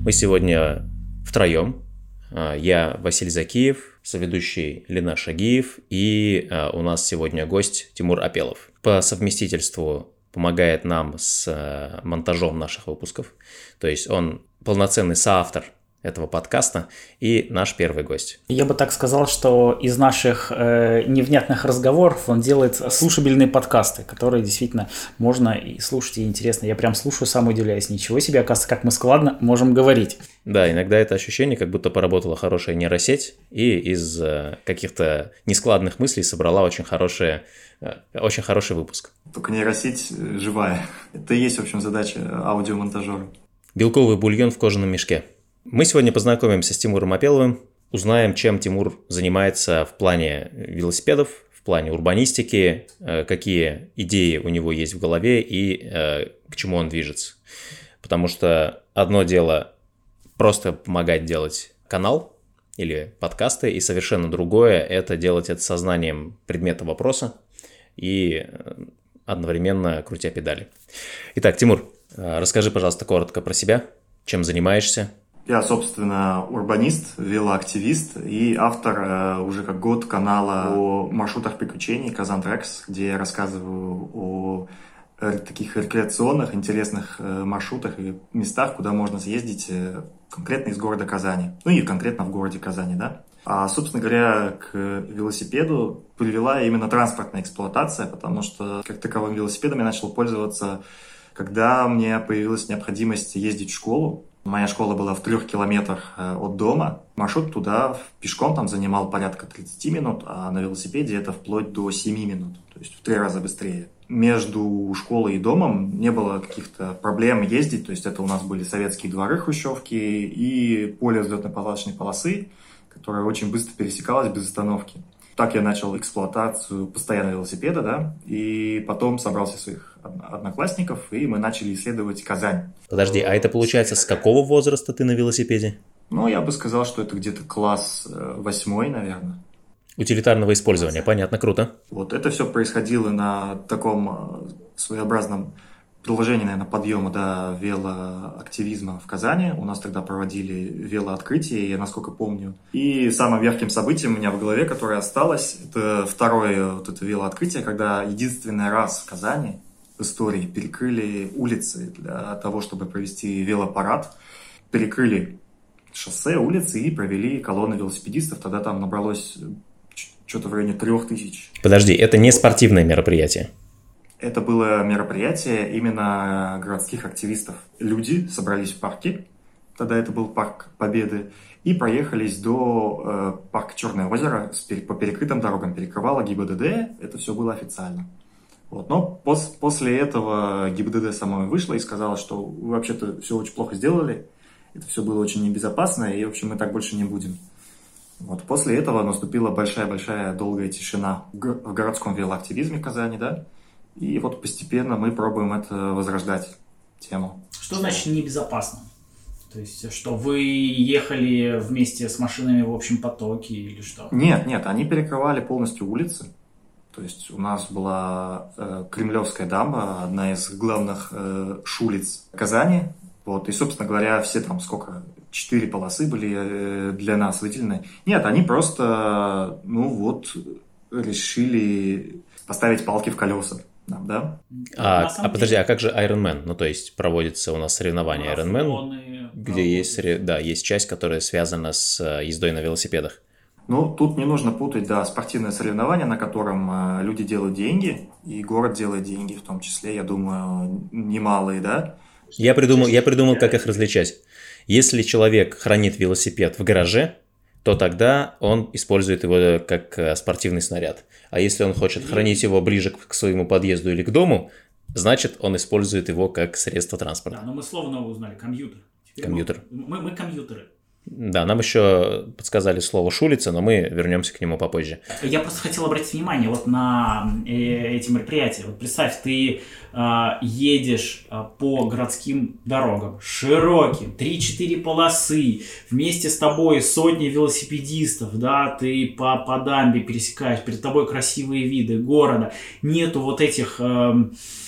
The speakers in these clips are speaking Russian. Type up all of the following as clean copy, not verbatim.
Мы сегодня втроем. Я Василий Закиев, соведущий Лина Шагиев, и у нас сегодня гость Тимур Апелов. По совместительству помогает нам с монтажом наших выпусков, то есть он полноценный соавтор этого подкаста и наш первый гость. Я бы так сказал, что из наших невнятных разговоров он делает слушабельные подкасты, которые действительно можно и слушать, и интересно. Я прям слушаю, сам удивляюсь. Ничего себе, оказывается, как мы складно можем говорить. Да, иногда это ощущение, как будто поработала хорошая нейросеть и из каких-то нескладных мыслей собрала очень хороший выпуск. Только нейросеть живая. Это и есть, в общем, задача аудиомонтажера. Белковый бульон в кожаном мешке. Мы сегодня познакомимся с Тимуром Апеловым, узнаем, чем Тимур занимается в плане велосипедов, в плане урбанистики, какие идеи у него есть в голове и к чему он движется. Потому что одно дело просто помогать делать канал или подкасты, и совершенно другое – это делать это сознанием предмета вопроса и одновременно крутя педали. Итак, Тимур, расскажи, пожалуйста, коротко про себя, чем занимаешься. Я, собственно, урбанист, велоактивист и автор уже как год канала о маршрутах приключений Казан Трекс, где я рассказываю о таких рекреационных, интересных маршрутах и местах, куда можно съездить конкретно из города Казани. Ну и конкретно в городе Казани, да. А, собственно говоря, к велосипеду привела именно транспортная эксплуатация, потому что как таковым велосипедом я начал пользоваться, когда у меня появилась необходимость ездить в школу. Моя школа была в 3 километрах от дома. Маршрут туда пешком там занимал порядка 30 минут, а на велосипеде это вплоть до 7 минут, то есть в 3 раза быстрее. Между школой и домом не было каких-то проблем ездить, то есть это у нас были советские дворы, хрущевки и поле взлетно-посадочной полосы, которая очень быстро пересекалась без остановки. Так я начал эксплуатацию постоянного велосипеда, да, и потом собрался своих одноклассников, и мы начали исследовать Казань. Подожди, а это получается с какого возраста ты на велосипеде? Ну, я бы сказал, что это где-то класс 8, наверное. Утилитарного использования, понятно, круто. Вот это все происходило на таком своеобразном продолжении, наверное, подъема до велоактивизма в Казани. У нас тогда проводили велооткрытие, я насколько помню. И самым ярким событием у меня в голове, которое осталось, это второе вот это велооткрытие, когда единственный раз в Казани в истории перекрыли улицы для того, чтобы провести велопарад. Перекрыли шоссе, улицы и провели колонны велосипедистов. Тогда там набралось что-то в районе 3000. Подожди, это не спортивное мероприятие? Это было мероприятие именно городских активистов. Люди собрались в парке, тогда это был парк Победы, и проехались до парка Черное озеро по перекрытым дорогам. Перекрывала ГИБДД, это все было официально. Вот. Но после этого ГИБДД сама вышла и сказала, что вы вообще-то все очень плохо сделали, это все было очень небезопасно, и, в общем, мы так больше не будем. Вот. После этого наступила большая-большая долгая тишина в городском велоактивизме в Казани, да. И вот постепенно мы пробуем это возрождать, тему. Что значит небезопасно? То есть, что вы ехали вместе с машинами в общем потоке или что? Нет, они перекрывали полностью улицы. То есть у нас была Кремлевская дамба, одна из главных шулиц Казани. Вот, и, собственно говоря, все там 4 полосы были для нас выделены. Нет, они просто, решили поставить палки в колеса. Да? Подожди, а как же Ironman? Ну, то есть проводится у нас соревнование Ironman, где есть часть, которая связана с ездой на велосипедах. Ну, тут не нужно путать, спортивное соревнование, на котором люди делают деньги, и город делает деньги, в том числе, я думаю, немалые, да? Я придумал, как их различать. Если человек хранит велосипед в гараже, то тогда он использует его как спортивный снаряд. А если он хочет хранить его ближе к своему подъезду или к дому, значит, он использует его как средство транспорта. Да, но мы слово новое узнали. Компьютер. Компьютер. Мы компьютеры. Да, нам еще подсказали слово «шулица», но мы вернемся к нему попозже. Я просто хотел обратить внимание на эти мероприятия. Вот представь, ты едешь по городским дорогам, широким, 3-4 полосы, вместе с тобой сотни велосипедистов, да, ты по дамбе пересекаешь, перед тобой красивые виды города, нету вот этих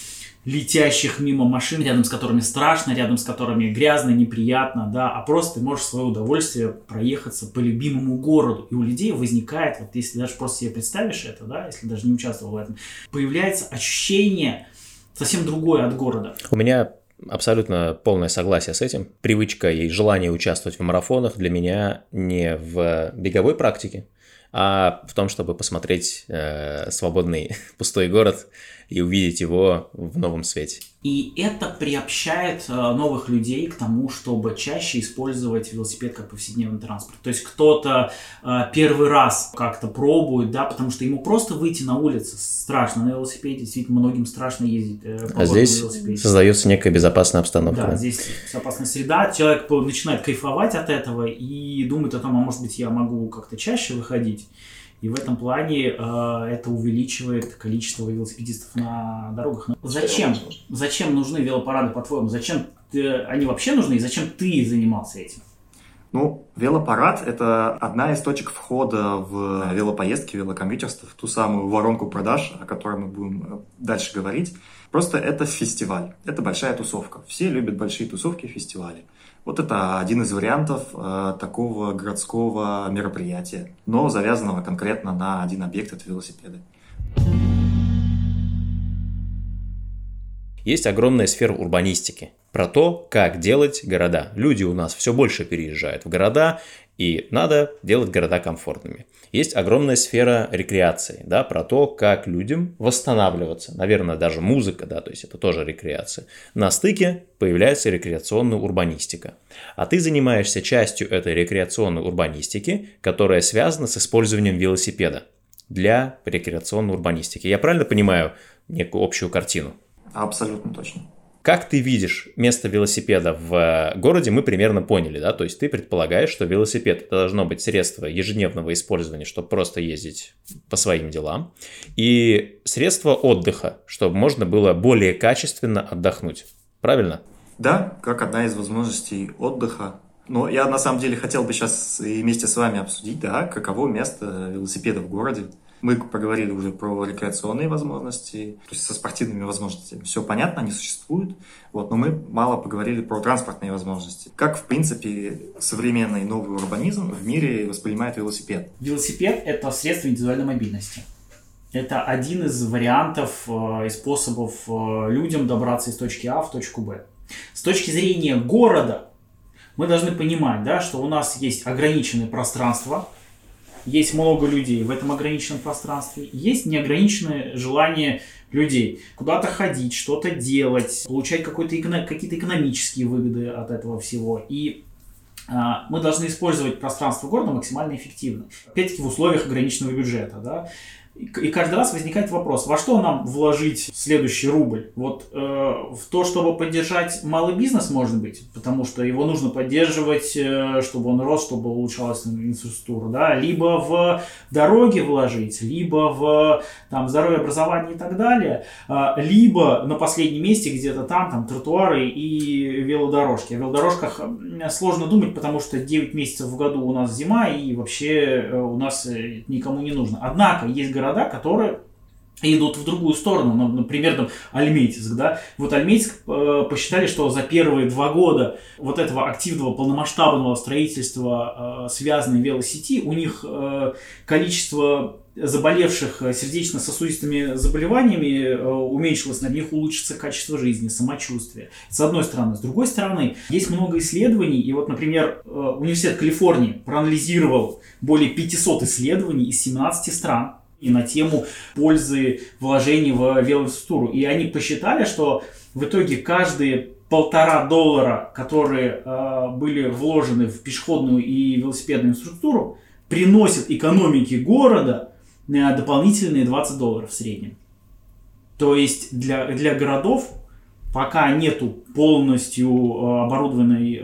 летящих мимо машин, рядом с которыми страшно, рядом с которыми грязно, неприятно, да, а просто ты можешь в свое удовольствие проехаться по любимому городу. И у людей возникает, вот если даже просто себе представишь это, да, если даже не участвовал в этом, появляется ощущение совсем другое от города. У меня абсолютно полное согласие с этим. Привычка и желание участвовать в марафонах для меня не в беговой практике, а в том, чтобы посмотреть свободный пустой город и увидеть его в новом свете. И это приобщает новых людей к тому, чтобы чаще использовать велосипед как повседневный транспорт. То есть кто-то первый раз как-то пробует, да, потому что ему просто выйти на улицу страшно на велосипеде. Действительно, многим страшно ездить по городу на велосипеде. Создается некая безопасная обстановка. Да, здесь безопасная среда. Человек начинает кайфовать от этого и думает о том, а может быть я могу как-то чаще выходить. И в этом плане это увеличивает количество велосипедистов на дорогах. Зачем? Зачем нужны велопарады, по-твоему? Зачем они вообще нужны и зачем ты занимался этим? Ну, велопарад – это одна из точек входа в велопоездки, велокомьютерство, в ту самую воронку продаж, о которой мы будем дальше говорить. Просто это фестиваль, это большая тусовка. Все любят большие тусовки и фестивали. Вот это один из вариантов такого городского мероприятия, но завязанного конкретно на один объект – это велосипеды. Есть огромная сфера урбанистики про то, как делать города. Люди у нас все больше переезжают в города, и надо делать города комфортными. Есть огромная сфера рекреации, да, про то, как людям восстанавливаться. Наверное, даже музыка, да, то есть это тоже рекреация. На стыке появляется рекреационная урбанистика. А ты занимаешься частью этой рекреационной урбанистики, которая связана с использованием велосипеда для рекреационной урбанистики. Я правильно понимаю некую общую картину? Абсолютно точно. Как ты видишь место велосипеда в городе, мы примерно поняли, да? То есть ты предполагаешь, что велосипед – это должно быть средство ежедневного использования, чтобы просто ездить по своим делам, и средство отдыха, чтобы можно было более качественно отдохнуть. Правильно? Да, как одна из возможностей отдыха. Но я на самом деле хотел бы сейчас вместе с вами обсудить, да, каково место велосипеда в городе. Мы поговорили уже про рекреационные возможности, то есть со спортивными возможностями. Все понятно, они существуют, вот, но мы мало поговорили про транспортные возможности. Как, в принципе, современный новый урбанизм в мире воспринимает велосипед? Велосипед – это средство индивидуальной мобильности. Это один из вариантов и способов людям добраться из точки А в точку Б. С точки зрения города мы должны понимать, да, что у нас есть ограниченное пространство, есть много людей в этом ограниченном пространстве, есть неограниченное желание людей куда-то ходить, что-то делать, получать какие-то экономические выгоды от этого всего. И мы должны использовать пространство города максимально эффективно. Опять-таки в условиях ограниченного бюджета. Да? И каждый раз возникает вопрос, во что нам вложить следующий рубль? Вот в то, чтобы поддержать малый бизнес, может быть, потому что его нужно поддерживать, чтобы он рос, чтобы улучшалась инфраструктура, да? Либо в дороги вложить, либо в здоровье, образование и так далее, либо на последнем месте где-то там тротуары и велодорожки. О велодорожках сложно думать, потому что 9 месяцев в году у нас зима и вообще у нас никому не нужно. Однако есть города, которые идут в другую сторону, например, Альметьевск, да, вот Альметьевск посчитали, что за первые 2 года вот этого активного полномасштабного строительства связанной велосети у них количество заболевших сердечно-сосудистыми заболеваниями уменьшилось, на них улучшится качество жизни, самочувствие. С одной стороны. С другой стороны, есть много исследований, и вот, например, Университет Калифорнии проанализировал более 500 исследований из 17 стран и на тему пользы вложений в велоинфраструктуру. И они посчитали, что в итоге каждые $1,5, которые были вложены в пешеходную и велосипедную инфраструктуру, приносят экономике города дополнительные $20 в среднем. То есть для городов, пока нету полностью оборудованной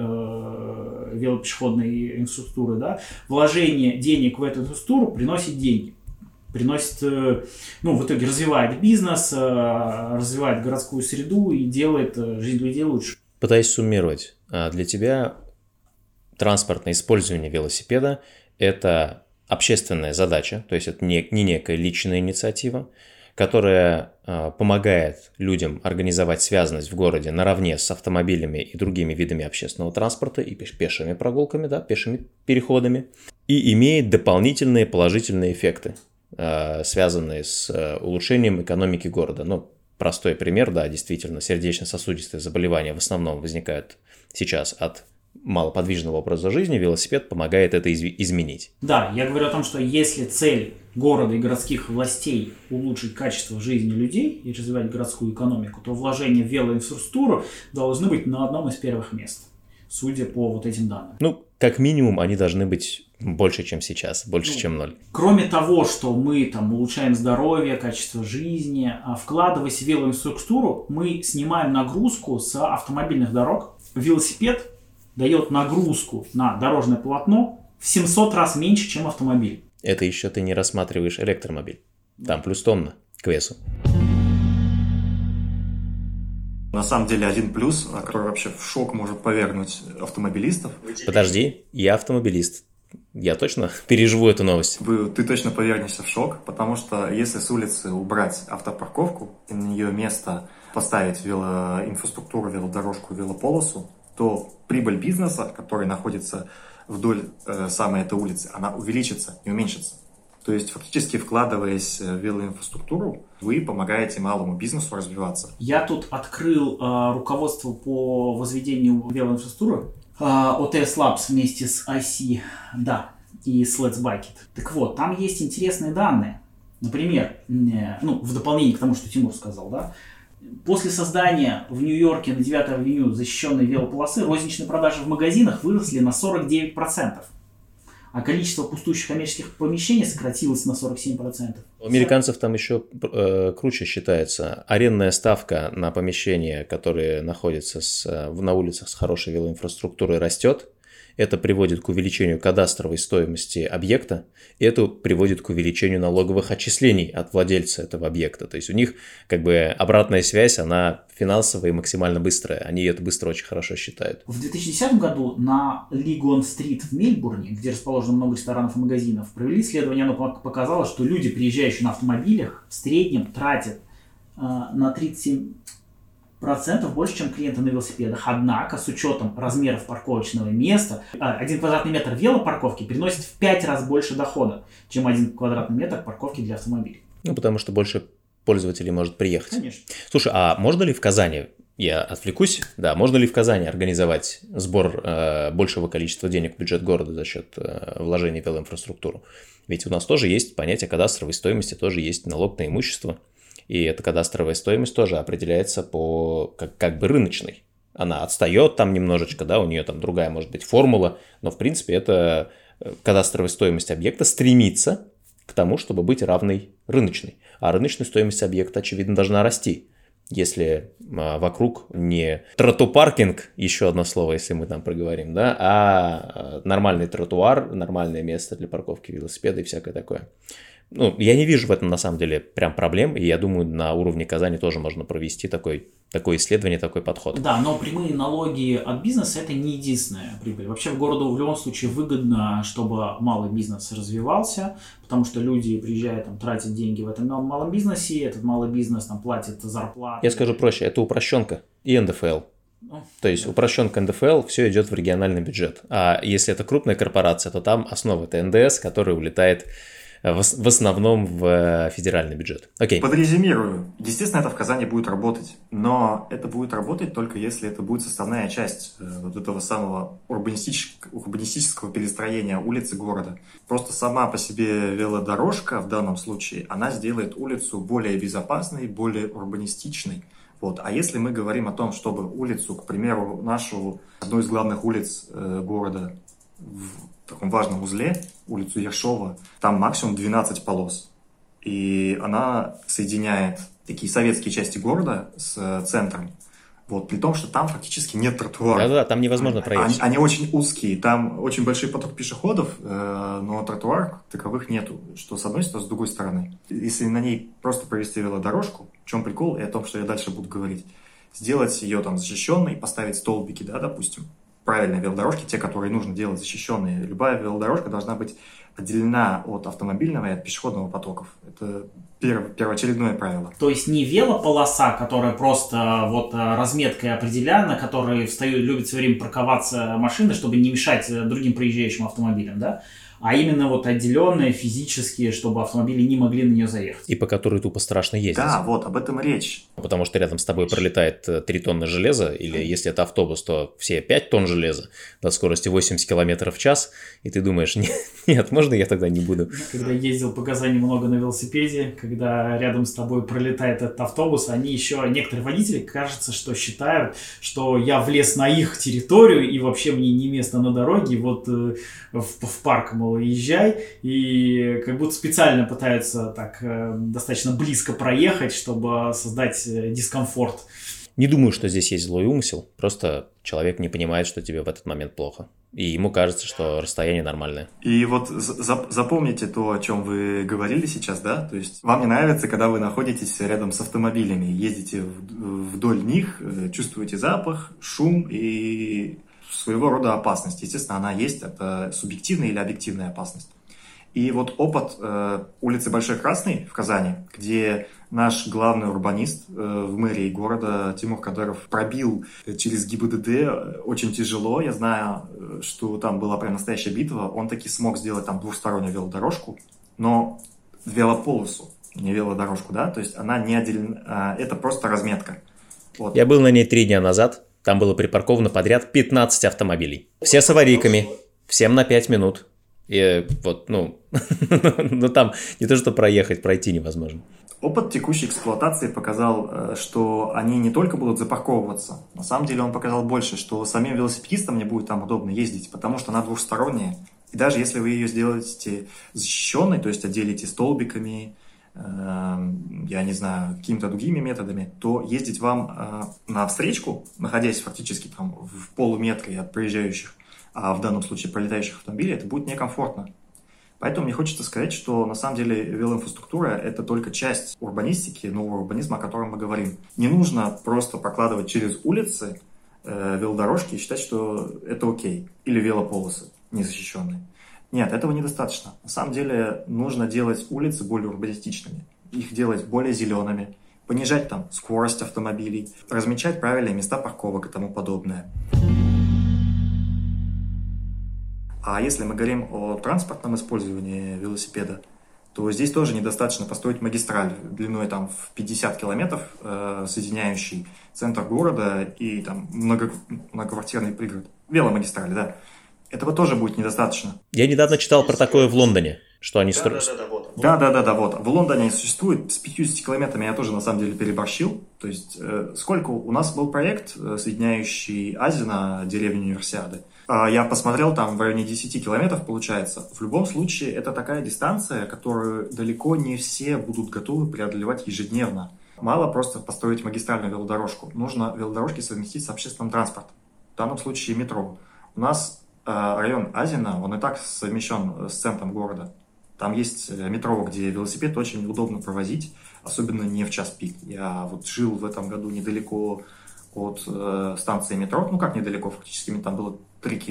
велопешеходной инфраструктуры, да, вложение денег в эту инфраструктуру приносит деньги. Приносит, в итоге развивает бизнес, развивает городскую среду и делает жизнь людей лучше. Пытаясь суммировать, для тебя транспортное использование велосипеда – это общественная задача, то есть это не некая личная инициатива, которая помогает людям организовать связанность в городе наравне с автомобилями и другими видами общественного транспорта и пешими прогулками, да, пешими переходами, и имеет дополнительные положительные эффекты, связанные с улучшением экономики города. Ну, простой пример, да, действительно, сердечно-сосудистые заболевания в основном возникают сейчас от малоподвижного образа жизни, велосипед помогает это изменить. Да, я говорю о том, что если цель города и городских властей улучшить качество жизни людей и развивать городскую экономику, то вложения в велоинфраструктуру должны быть на одном из первых мест, судя по вот этим данным. Ну, как минимум, они должны быть больше, чем сейчас, больше, чем 0. Кроме того, что мы там улучшаем здоровье, качество жизни, вкладываясь в велоинфраструктуру, мы снимаем нагрузку с автомобильных дорог. Велосипед дает нагрузку на дорожное полотно в 700 раз меньше, чем автомобиль. Это еще ты не рассматриваешь электромобиль. Там плюс тонна к весу. На самом деле один плюс, который вообще в шок может повергнуть автомобилистов. Подожди, я автомобилист. Я точно переживу эту новость. Ты точно повергнешься в шок, потому что если с улицы убрать автопарковку и на нее место поставить велоинфраструктуру, велодорожку, велополосу, то прибыль бизнеса, который находится вдоль самой этой улицы, она увеличится, не уменьшится. То есть, фактически, вкладываясь в велоинфраструктуру, вы помогаете малому бизнесу развиваться. Я тут открыл руководство по возведению велоинфраструктуры OTS Labs вместе с IC, да, и с Let's Bike It. Так вот, там есть интересные данные. Например, в дополнение к тому, что Тимур сказал, да, после создания в Нью-Йорке на 9-й авеню защищенной велополосы розничные продажи в магазинах выросли на 49%, а количество пустующих коммерческих помещений сократилось на 47%. У американцев там еще круче считается. Арендная ставка на помещения, которые находятся на улицах с хорошей велоинфраструктурой, растет. Это приводит к увеличению кадастровой стоимости объекта, и это приводит к увеличению налоговых отчислений от владельца этого объекта. То есть у них как бы обратная связь, она финансовая и максимально быстрая. Они это быстро очень хорошо считают. В 2010 году на Лигон-стрит в Мельбурне, где расположено много ресторанов и магазинов, провели исследование, оно показало, что люди, приезжающие на автомобилях, в среднем тратят на 37% больше, чем клиенты на велосипедах. Однако, с учетом размеров парковочного места, 1 квадратный метр велопарковки приносит в 5 раз больше дохода, чем 1 квадратный метр парковки для автомобилей. Ну, потому что больше пользователей может приехать. Конечно. Слушай, а можно ли в Казани, я отвлекусь, да, можно ли в Казани организовать сбор большего количества денег в бюджет города за счет вложений в велоинфраструктуру? Ведь у нас тоже есть понятие кадастровой стоимости, тоже есть налог на имущество. И эта кадастровая стоимость тоже определяется по как бы рыночной. Она отстает там немножечко, да, у нее там другая может быть формула, но в принципе это кадастровая стоимость объекта стремится к тому, чтобы быть равной рыночной. А рыночная стоимость объекта, очевидно, должна расти. Если вокруг не тротопаркинг, еще одно слово, если мы там проговорим, да, а нормальный тротуар, нормальное место для парковки велосипеда и всякое такое. Ну, я не вижу в этом, на самом деле, прям проблем, и я думаю, на уровне Казани тоже можно провести такое исследование, такой подход. Да, но прямые налоги от бизнеса – это не единственная прибыль. Вообще в городу в любом случае выгодно, чтобы малый бизнес развивался, потому что люди, приезжая, там, тратят деньги в этом малом бизнесе, этот малый бизнес там платит зарплату. Я скажу проще, это упрощенка и НДФЛ. То есть упрощенка НДФЛ, все идет в региональный бюджет. А если это крупная корпорация, то там основа – это НДС, который улетает в основном в федеральный бюджет. Окей. Подрезюмирую. Естественно, это в Казани будет работать, но это будет работать только если это будет составная часть вот этого самого урбанистического перестроения улицы города. Просто сама по себе велодорожка в данном случае, она сделает улицу более безопасной, более урбанистичной. Вот. А если мы говорим о том, чтобы улицу, к примеру, одну из главных улиц города в таком важном узле, улицу Ершова, там максимум 12 полос. И она соединяет такие советские части города с центром. Вот, при том, что там фактически нет тротуара. Да-да, там невозможно проехать. Они очень узкие, там очень большой поток пешеходов, но тротуаров таковых нету, что с одной стороны, с другой стороны. Если на ней просто провести велодорожку, в чем прикол, и о том, что я дальше буду говорить, сделать ее там защищенной, поставить столбики, да, допустим, правильные велодорожки, те, которые нужно делать защищенные. Любая велодорожка должна быть отделена от автомобильного и от пешеходного потоков. Это первоочередное правило. То есть не велополоса, которая просто вот разметкой определена, которые любят все время парковаться машины, чтобы не мешать другим проезжающим автомобилям, да? А именно вот отделенные физически, чтобы автомобили не могли на нее заехать. И по которой тупо страшно ездить. Да, вот, об этом и речь. Потому что рядом с тобой пролетает 3 тонны железа, или если это автобус, то все 5 тонн железа до скорости 80 км в час, и ты думаешь, нет, можно я тогда не буду? Когда ездил по Казани много на велосипеде, когда рядом с тобой пролетает этот автобус, они еще, некоторые водители, кажется, что считают, что я влез на их территорию, и вообще мне не место на дороге, вот в парк, мол, езжай, и как будто специально пытаются так достаточно близко проехать, чтобы создать дискомфорт. Не думаю, что здесь есть злой умысел, просто человек не понимает, что тебе в этот момент плохо. И ему кажется, что расстояние нормальное. И вот запомните то, о чем вы говорили сейчас, да? То есть вам не нравится, когда вы находитесь рядом с автомобилями, ездите вдоль них, чувствуете запах, шум и своего рода опасность. Естественно, она есть, это субъективная или объективная опасность. И вот опыт улицы Большой Красной в Казани, где наш главный урбанист в мэрии города Тимур Кадыров пробил через ГИБДД очень тяжело. Я знаю, что там была прям настоящая битва. Он таки смог сделать там двухстороннюю велодорожку, но велополосу, не велодорожку, да? То есть она не отделена, это просто разметка. Вот. Я был на ней 3 дня назад. Там было припарковано подряд 15 автомобилей. Все с аварийками, всем на 5 минут. И вот, ну там не то, что пройти невозможно. Опыт текущей эксплуатации показал, что они не только будут запарковываться, на самом деле он показал больше, что самим велосипедистам не будет там удобно ездить, потому что она двухсторонняя. И даже если вы ее сделаете защищенной, то есть отделите столбиками, я не знаю, какими-то другими методами, то ездить вам на встречку, находясь фактически там в полуметре от проезжающих, а в данном случае пролетающих автомобилей, это будет некомфортно. Поэтому мне хочется сказать, что на самом деле велоинфраструктура – это только часть урбанистики, нового урбанизма, о котором мы говорим. Не нужно просто прокладывать через улицы велодорожки и считать, что это окей. Или велополосы незащищенные. Нет, этого недостаточно. На самом деле нужно делать улицы более урбанистичными, их делать более зелеными, понижать там скорость автомобилей, размечать правильные места парковок и тому подобное. А если мы говорим о транспортном использовании велосипеда, то здесь тоже недостаточно построить магистраль длиной там в 50 километров, соединяющий центр города и там многоквартирный пригород. Веломагистраль, да. Этого тоже будет недостаточно. Я недавно читал про такое в Лондоне, что они строят. Да, вот. В Лондоне существует с 50 километрами, я тоже на самом деле переборщил. То есть, сколько у нас был проект, соединяющий Азино, деревню Универсиады. Я посмотрел, там в районе 10 километров получается. В любом случае, это такая дистанция, которую далеко не все будут готовы преодолевать ежедневно. Мало просто построить магистральную велодорожку. Нужно велодорожки совместить с общественным транспортом. В данном случае метро. У нас район Азино, он и так совмещен с центром города. Там есть метро, где велосипед очень удобно провозить, особенно не в час пик. Я вот жил в этом году недалеко от станции метро, ну как недалеко, фактически там было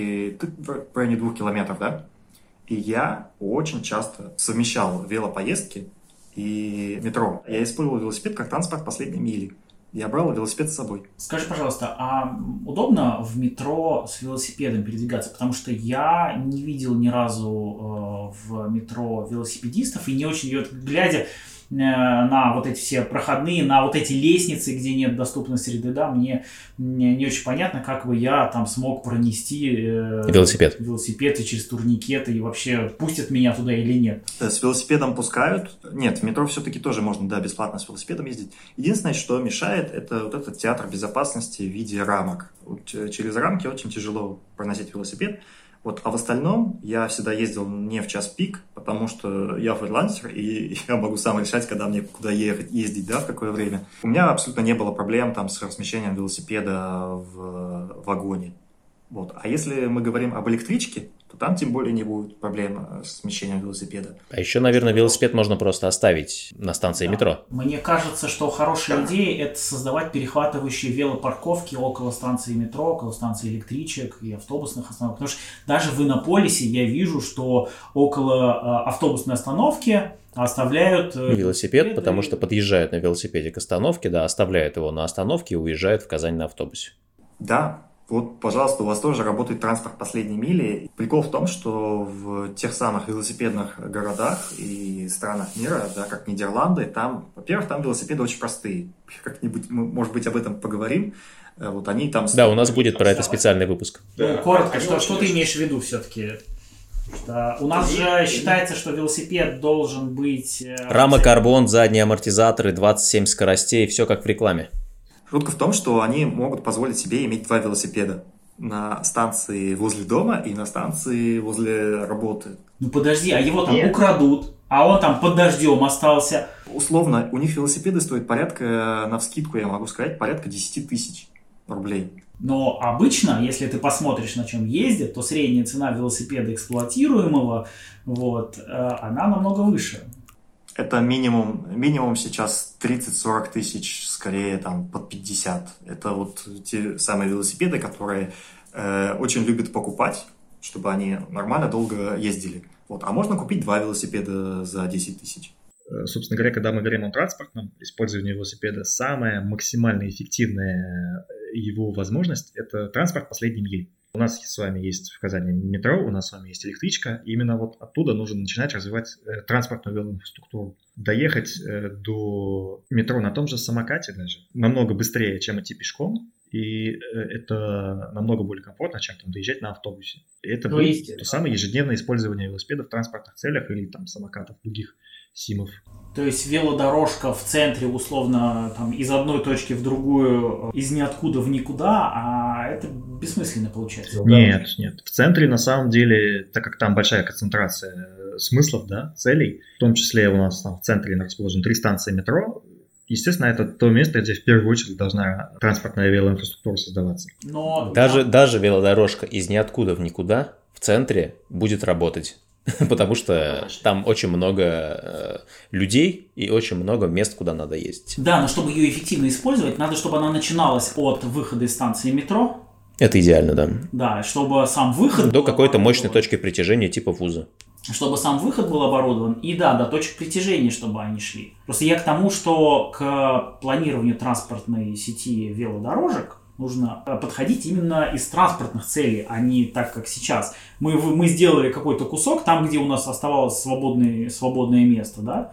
в районе 2 километров, да? И я очень часто совмещал велопоездки и метро. Я использовал велосипед как транспорт последней мили. Я брал велосипед с собой. Скажи, пожалуйста, а удобно в метро с велосипедом передвигаться? Потому что я не видел ни разу в метро велосипедистов и не очень, глядя на вот эти все проходные, на вот эти лестницы, где нет доступной среды, да, мне не очень понятно, как бы я там смог пронести велосипед и через турникеты, и вообще пустят меня туда или нет. С велосипедом пускают. Нет, в метро все-таки тоже можно, да, бесплатно с велосипедом ездить. Единственное, что мешает, это вот этот театр безопасности в виде рамок. Вот через рамки очень тяжело проносить велосипед. Вот, а в остальном я всегда ездил не в час пик, потому что я фрилансер, и я могу сам решать, когда мне куда ехать, ездить, да, в какое время. У меня абсолютно не было проблем там с размещением велосипеда в вагоне. Вот. А если мы говорим об электричке, то там тем более не будет проблем с смещением велосипеда. А еще, наверное, велосипед можно просто оставить на станции метро. Мне кажется, что хорошая идея – это создавать перехватывающие велопарковки около станции метро, около станции электричек и автобусных остановок. Потому что даже в Иннополисе я вижу, что около автобусной остановки оставляют велосипед, потому что подъезжают на велосипеде к остановке, да, оставляют его на остановке и уезжают в Казань на автобусе. Да, вот, пожалуйста, у вас тоже работает транспорт последней мили. Прикол в том, что в тех самых велосипедных городах и странах мира, да, как Нидерланды, там, во-первых, там велосипеды очень простые. Как-нибудь мы, может быть, об этом поговорим. Вот они там... Да, у нас будет про это специальный выпуск. Ну, коротко, что ты имеешь в виду все-таки? У нас же считается, что велосипед должен быть... Рама карбон, задние амортизаторы, 27 скоростей, все как в рекламе. Шутка в том, что они могут позволить себе иметь 2 велосипеда на станции возле дома и на станции возле работы. Ну подожди, а его там украдут, а он там под дождем остался. Условно, у них велосипеды стоят порядка, навскидку я могу сказать, порядка 10 тысяч рублей. Но обычно, если ты посмотришь, на чем ездят, то средняя цена велосипеда эксплуатируемого, она намного выше. Это минимум сейчас 30-40 тысяч, скорее там под 50. Это вот те самые велосипеды, которые очень любят покупать, чтобы они нормально долго ездили. Вот. А можно купить 2 велосипеда за 10 тысяч. Собственно говоря, когда мы говорим о транспортном использовании велосипеда, самая максимально эффективная его возможность – это транспорт последней мили. У нас с вами есть в Казани метро, у нас с вами есть электричка, и именно вот оттуда нужно начинать развивать транспортную инфраструктуру. Доехать до метро на том же самокате даже намного быстрее, чем идти пешком, и это намного более комфортно, чем там доезжать на автобусе. И это будет то самое ежедневное использование велосипеда в транспортных целях или там самокатов, других симов. То есть велодорожка в центре, условно, там, из одной точки в другую, из ниоткуда в никуда, а это бессмысленно получается. Нет. В центре, на самом деле, так как там большая концентрация смыслов, да, целей, в том числе у нас там в центре расположены 3 станции метро, естественно, это то место, где в первую очередь должна транспортная велоинфраструктура создаваться. Но даже велодорожка из ниоткуда в никуда в центре будет работать. Потому что там очень много людей и очень много мест, куда надо ездить. Да, но чтобы ее эффективно использовать, надо, чтобы она начиналась от выхода из станции метро. Это идеально, да. Да, чтобы сам выход... До какой-то мощной точки притяжения типа вуза. Чтобы сам выход был оборудован, и да, до точек притяжения, чтобы они шли. Просто я к тому, что к планированию транспортной сети велодорожек нужно подходить именно из транспортных целей, а не так, как сейчас. Мы сделали какой-то кусок там, где у нас оставалось свободное место, да?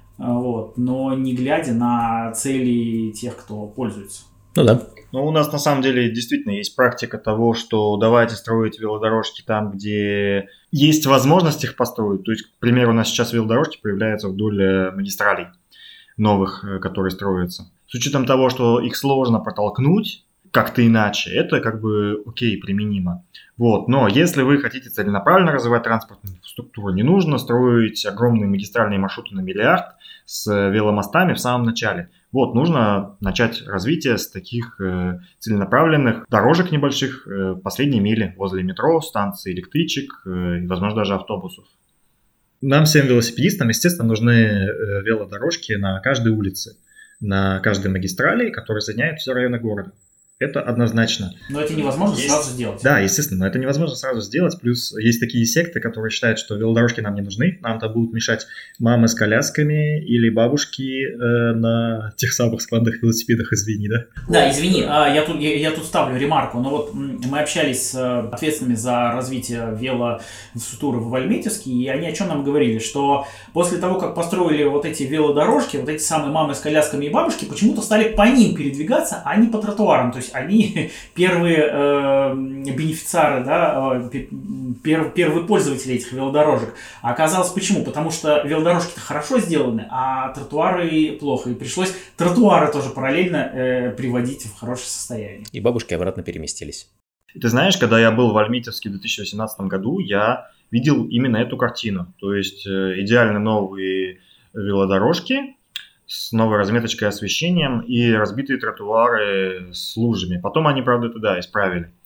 Но не глядя на цели тех, кто пользуется. Ну да. Но у нас на самом деле действительно есть практика того, что давайте строить велодорожки там, где есть возможность их построить. То есть, к примеру, у нас сейчас велодорожки появляются вдоль магистралей новых, которые строятся. С учетом того, что их сложно протолкнуть как-то иначе, это как бы окей, применимо. Но если вы хотите целенаправленно развивать транспортную инфраструктуру, не нужно строить огромные магистральные маршруты на миллиард с веломостами в самом начале. Нужно начать развитие с таких целенаправленных дорожек небольших последней мили возле метро, станций электричек и, возможно, даже автобусов. Нам всем велосипедистам, естественно, нужны велодорожки на каждой улице, на каждой магистрали, которые соединяют все районы города. Это однозначно. Но это невозможно сразу сделать. Да, естественно, но это невозможно сразу сделать. Плюс есть такие секты, которые считают, что велодорожки нам не нужны. Нам-то будут мешать мамы с колясками или бабушки на тех самых складных велосипедах, извини, да? Да, извини, я тут ставлю ремарку. Но мы общались с ответственными за развитие велоинфраструктуры в Альметьевске, и они о чем нам говорили, что после того, как построили эти велодорожки, эти самые мамы с колясками и бабушки почему-то стали по ним передвигаться, а не по тротуарам. То есть они первые бенефициары, да, первые пользователи этих велодорожек. А оказалось почему? Потому что велодорожки-то хорошо сделаны, а тротуары плохо. И пришлось тротуары тоже параллельно приводить в хорошее состояние. И бабушки обратно переместились. Ты знаешь, когда я был в Альметьевске в 2018 году, я видел именно эту картину. То есть идеально новые велодорожки с новой разметочкой и освещением и разбитые тротуары с лужами. Потом они, правда, это, да, исправили.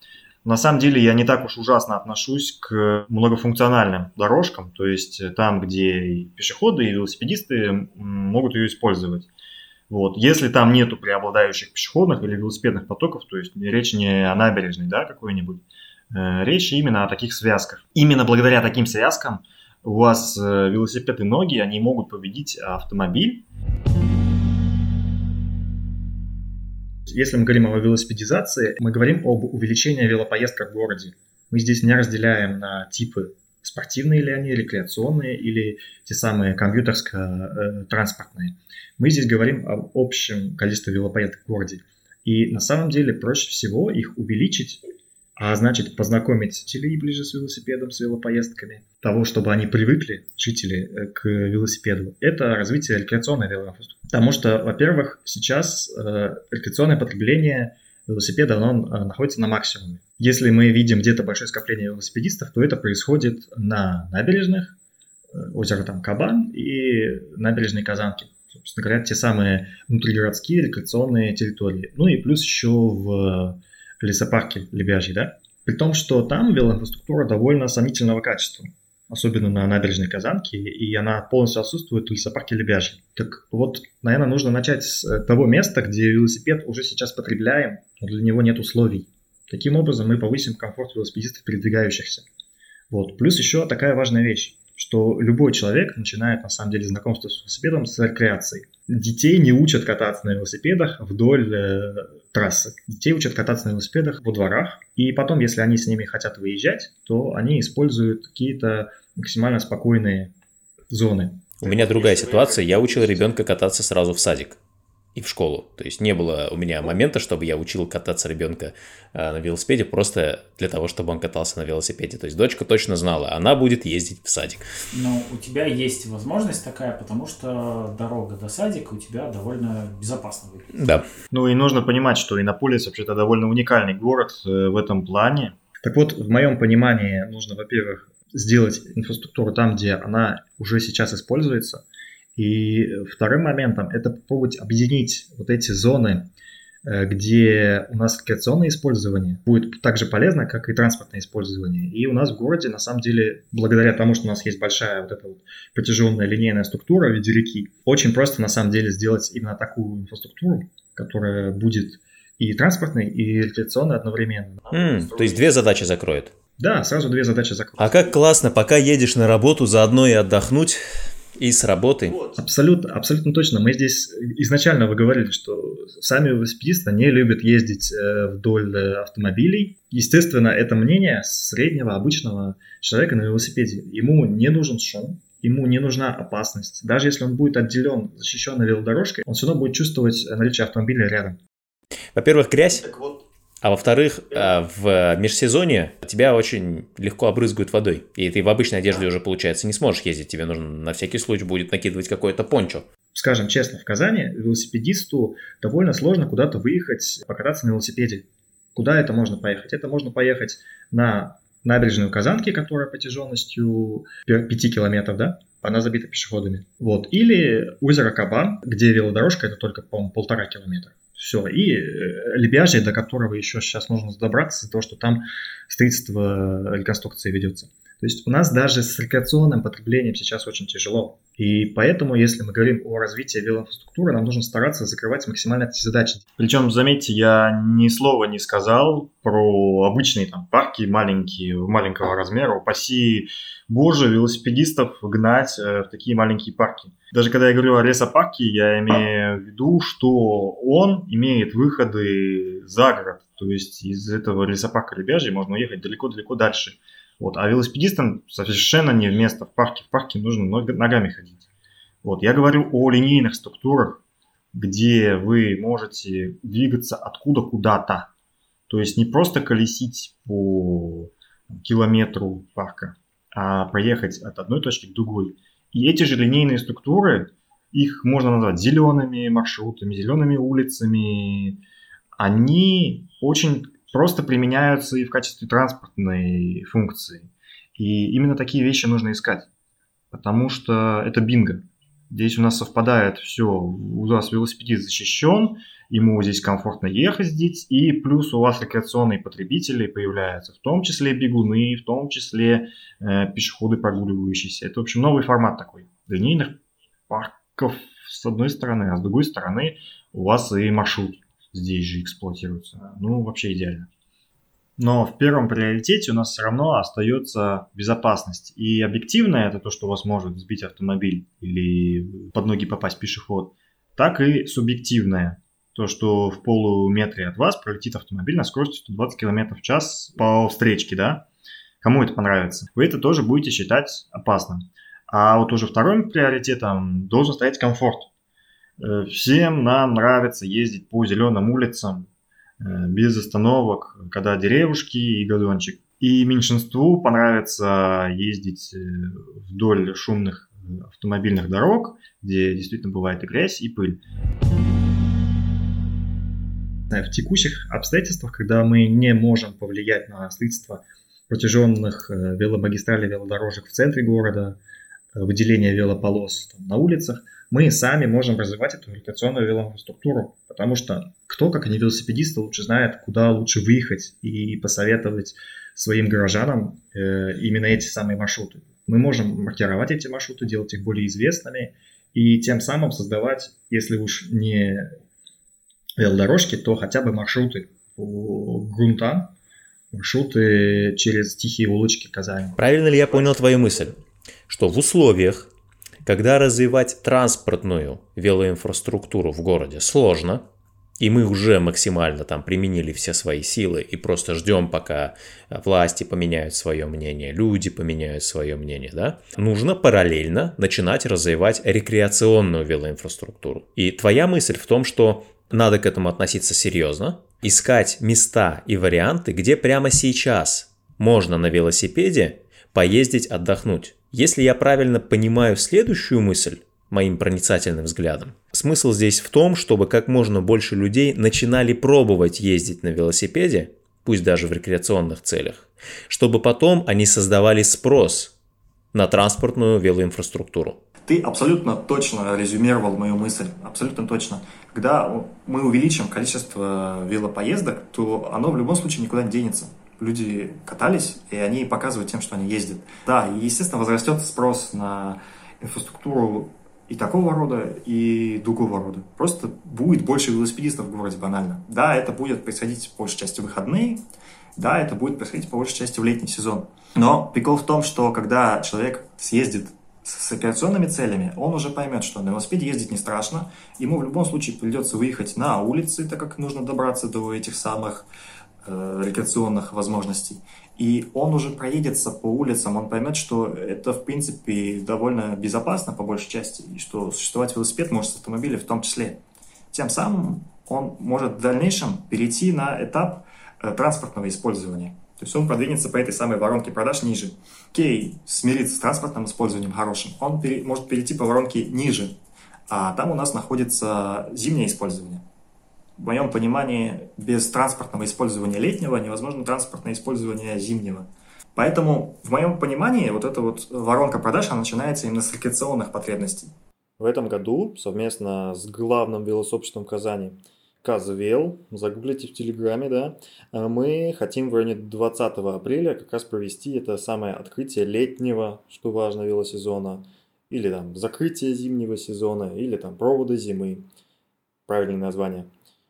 На самом деле я не так уж ужасно отношусь к многофункциональным дорожкам, то есть там, где и пешеходы, и велосипедисты могут ее использовать. Вот. Если там нету преобладающих пешеходных или велосипедных потоков, то есть речь не о набережной, да, какой-нибудь, речь именно о таких связках. Именно благодаря таким связкам у вас велосипед и ноги, они могут победить автомобиль. Если мы говорим о велосипедизации, мы говорим об увеличении велопоездок в городе. Мы здесь не разделяем на типы спортивные ли они, рекреационные или те самые компьютерско-транспортные. Мы здесь говорим об общем количестве велопоездок в городе. И на самом деле проще всего их увеличить, а значит познакомить жителей ближе с велосипедом, с велопоездками, того, чтобы они привыкли, жители, к велосипеду. Это развитие рекреационной велоинфраструктуры. Потому что, во-первых, сейчас рекреационное потребление велосипеда, оно находится на максимуме. Если мы видим где-то большое скопление велосипедистов, то это происходит на набережных, озеро там Кабан и набережные Казанки. Собственно говоря, те самые внутригородские рекреационные территории. Ну и плюс еще в лесопарке Лебяжий, да? При том, что там велоинфраструктура довольно сомнительного качества, особенно на набережной Казанки, и она полностью отсутствует в лесопарке Лебяжий. Так вот, наверное, нужно начать с того места, где велосипед уже сейчас потребляем, но для него нет условий. Таким образом мы повысим комфорт велосипедистов, передвигающихся. Вот. Плюс еще такая важная вещь, что любой человек начинает, на самом деле, знакомство с велосипедом с рекреацией. Детей не учат кататься на велосипедах вдоль трассы. Детей учат кататься на велосипедах во дворах. И потом, если они с ними хотят выезжать, то они используют какие-то максимально спокойные зоны. У меня другая ситуация. Я учил ребенка кататься сразу в садик и в школу. То есть не было у меня момента, чтобы я учил кататься ребенка на велосипеде просто для того, чтобы он катался на велосипеде. То есть дочка точно знала, она будет ездить в садик. Но у тебя есть возможность такая, потому что дорога до садика у тебя довольно безопасно выглядит. Да. Ну и нужно понимать, что Иннополис вообще-то довольно уникальный город в этом плане. Так вот, в моем понимании нужно, во-первых, сделать инфраструктуру там, где она уже сейчас используется. И вторым моментом это попробовать объединить вот эти зоны, где у нас рекреационное использование будет так же полезно, как и транспортное использование. И у нас в городе, на самом деле, благодаря тому, что у нас есть большая вот эта вот протяженная линейная структура в виде реки, очень просто, на самом деле, сделать именно такую инфраструктуру, которая будет и транспортной, и рекреационной одновременно. То есть две задачи закроет. Да, сразу две задачи закроют. А как классно, пока едешь на работу, заодно и отдохнуть, и с работы. Абсолютно, абсолютно точно. Мы здесь изначально вы говорили, что сами велосипедисты не любят ездить вдоль автомобилей. Естественно, это мнение среднего, обычного человека на велосипеде. Ему не нужен шум, ему не нужна опасность. Даже если он будет отделен защищенной велодорожкой, он все равно будет чувствовать наличие автомобиля рядом. Во-первых, грязь. А во-вторых, в межсезонье тебя очень легко обрызгают водой. И ты в обычной одежде уже, получается, не сможешь ездить. Тебе нужно на всякий случай будет накидывать какое-то пончо. Скажем честно, в Казани велосипедисту довольно сложно куда-то выехать, покататься на велосипеде. Куда это можно поехать? Это можно поехать на набережную Казанки, которая протяженностью 5 километров, да? Она забита пешеходами. Вот. Или озеро Кабан, где велодорожка это только, по-моему, 1,5 километра. Все, и Лебяжий, до которого еще сейчас нужно добраться, из-за того, что там строительство реконструкции ведется. То есть у нас даже с рекреационным потреблением сейчас очень тяжело. И поэтому, если мы говорим о развитии велоинфраструктуры, нам нужно стараться закрывать максимально эти задачи. Причем, заметьте, я ни слова не сказал про обычные там парки маленькие, маленького размера. Упаси Боже, велосипедистов гнать в такие маленькие парки. Даже когда я говорю о лесопарке, я имею в виду, что он имеет выходы за город. То есть из этого лесопарка Лебяжий можно уехать далеко-далеко дальше. Вот. А велосипедистам совершенно не место в парке. В парке нужно ногами ходить. Вот. Я говорю о линейных структурах, где вы можете двигаться откуда куда-то. То есть не просто колесить по километру парка, а проехать от одной точки к другой. И эти же линейные структуры, их можно назвать зелеными маршрутами, зелеными улицами. Они очень просто применяются и в качестве транспортной функции. И именно такие вещи нужно искать, потому что это бинго. Здесь у нас совпадает все. У нас велосипедист защищен, ему здесь комфортно ехать здесь, и плюс у вас рекреационные потребители появляются, в том числе бегуны, в том числе пешеходы прогуливающиеся. Это, в общем, новый формат такой. Линейных парков с одной стороны, а с другой стороны у вас и маршрут здесь же эксплуатируется. Ну, вообще идеально. Но в первом приоритете у нас все равно остается безопасность. И объективное это то, что у вас может сбить автомобиль или под ноги попасть пешеход, так и субъективное. То, что в полуметре от вас пролетит автомобиль на скорости 120 км в час по встречке, да? Кому это понравится? Вы это тоже будете считать опасным. А вот уже вторым приоритетом должен стоять комфорт. Всем нам нравится ездить по зеленым улицам, без остановок, когда деревушки и газончик. И меньшинству понравится ездить вдоль шумных автомобильных дорог, где действительно бывает и грязь, и пыль. В текущих обстоятельствах, когда мы не можем повлиять на строительство протяженных веломагистралей, велодорожек в центре города, выделение велополос на улицах, мы сами можем развивать эту рекреационную велоинфраструктуру, потому что кто, как не велосипедисты, лучше знает, куда лучше выехать и посоветовать своим горожанам именно эти самые маршруты. Мы можем маркировать эти маршруты, делать их более известными и тем самым создавать, если уж не велодорожки, то хотя бы маршруты по грунтам, маршруты через тихие улочки Казани. Правильно ли я понял твою мысль, что в условиях, когда развивать транспортную велоинфраструктуру в городе сложно, и мы уже максимально там применили все свои силы и просто ждем, пока власти поменяют свое мнение, люди поменяют свое мнение, да, нужно параллельно начинать развивать рекреационную велоинфраструктуру. И твоя мысль в том, что надо к этому относиться серьезно, искать места и варианты, где прямо сейчас можно на велосипеде поездить, отдохнуть. Если я правильно понимаю следующую мысль моим проницательным взглядом, смысл здесь в том, чтобы как можно больше людей начинали пробовать ездить на велосипеде, пусть даже в рекреационных целях, чтобы потом они создавали спрос на транспортную велоинфраструктуру. Ты абсолютно точно резюмировал мою мысль, абсолютно точно. Когда мы увеличим количество велопоездок, то оно в любом случае никуда не денется. Люди катались, и они показывают тем, что они ездят. Да, и, естественно, возрастет спрос на инфраструктуру и такого рода, и другого рода. Просто будет больше велосипедистов в городе, банально. Да, это будет происходить по большей части в выходные, да, это будет происходить по большей части в летний сезон. Но прикол в том, что когда человек съездит с рекреационными целями, он уже поймет, что на велосипеде ездить не страшно, ему в любом случае придется выехать на улицы, так как нужно добраться до этих самых рекреационных возможностей. И он уже проедется по улицам, он поймет, что это, в принципе, довольно безопасно по большей части, и что существовать велосипед может с автомобиля в том числе. Тем самым он может в дальнейшем перейти на этап транспортного использования. То есть он продвинется по этой самой воронке продаж ниже. Кей смирится с транспортным использованием хорошим, он может перейти по воронке ниже, а там у нас находится зимнее использование. В моем понимании, без транспортного использования летнего невозможно транспортное использование зимнего. Поэтому, в моем понимании, вот эта вот воронка продаж, она начинается именно с рекреационных потребностей. В этом году совместно с главным велосообществом Казани Казвел, загуглите в Телеграме, да, мы хотим в районе 20 апреля как раз провести это самое открытие летнего, что важно, велосезона, или там закрытие зимнего сезона, или там провода зимы, правильное название,